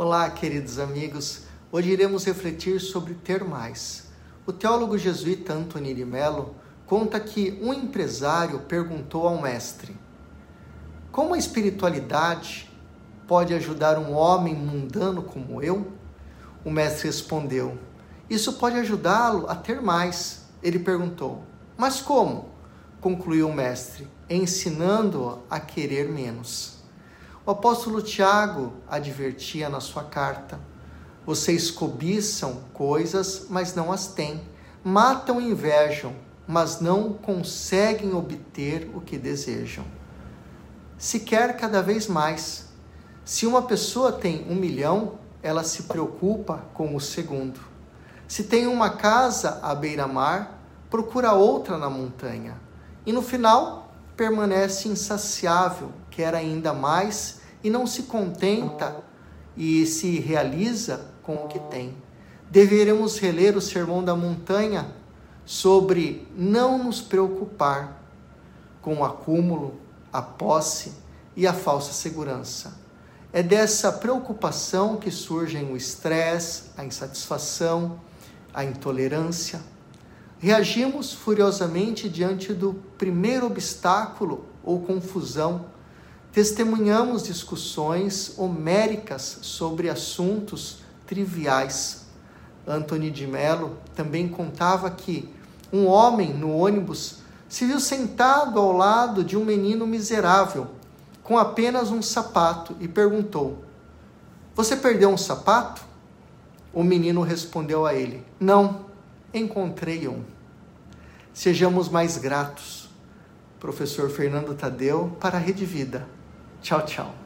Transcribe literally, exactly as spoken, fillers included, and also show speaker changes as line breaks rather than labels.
Olá, queridos amigos. Hoje iremos refletir sobre ter mais. O teólogo jesuíta Antony de Mello conta que um empresário perguntou ao mestre: como a espiritualidade pode ajudar um homem mundano como eu? O mestre respondeu: isso pode ajudá-lo a ter mais. Ele perguntou: mas como? Concluiu o mestre: ensinando-o a querer menos. O apóstolo Tiago advertia na sua carta: vocês cobiçam coisas, mas não as têm. Matam e invejam, mas não conseguem obter o que desejam. Se quer cada vez mais. Se uma pessoa tem um milhão, ela se preocupa com o segundo. Se tem uma casa à beira-mar, procura outra na montanha. E no final, permanece insaciável, quer ainda mais e não se contenta e se realiza com o que tem. Deveremos reler o Sermão da Montanha sobre não nos preocupar com o acúmulo, a posse e a falsa segurança. É dessa preocupação que surgem o estresse, a insatisfação, a intolerância. Reagimos furiosamente diante do primeiro obstáculo ou confusão. Testemunhamos discussões homéricas sobre assuntos triviais. Antony de Mello também contava que um homem no ônibus se viu sentado ao lado de um menino miserável, com apenas um sapato, e perguntou: você perdeu um sapato? O menino respondeu a ele: não, encontrei um. Sejamos mais gratos. Professor Fernando Tadeu, para a Rede Vida. Tchau, tchau.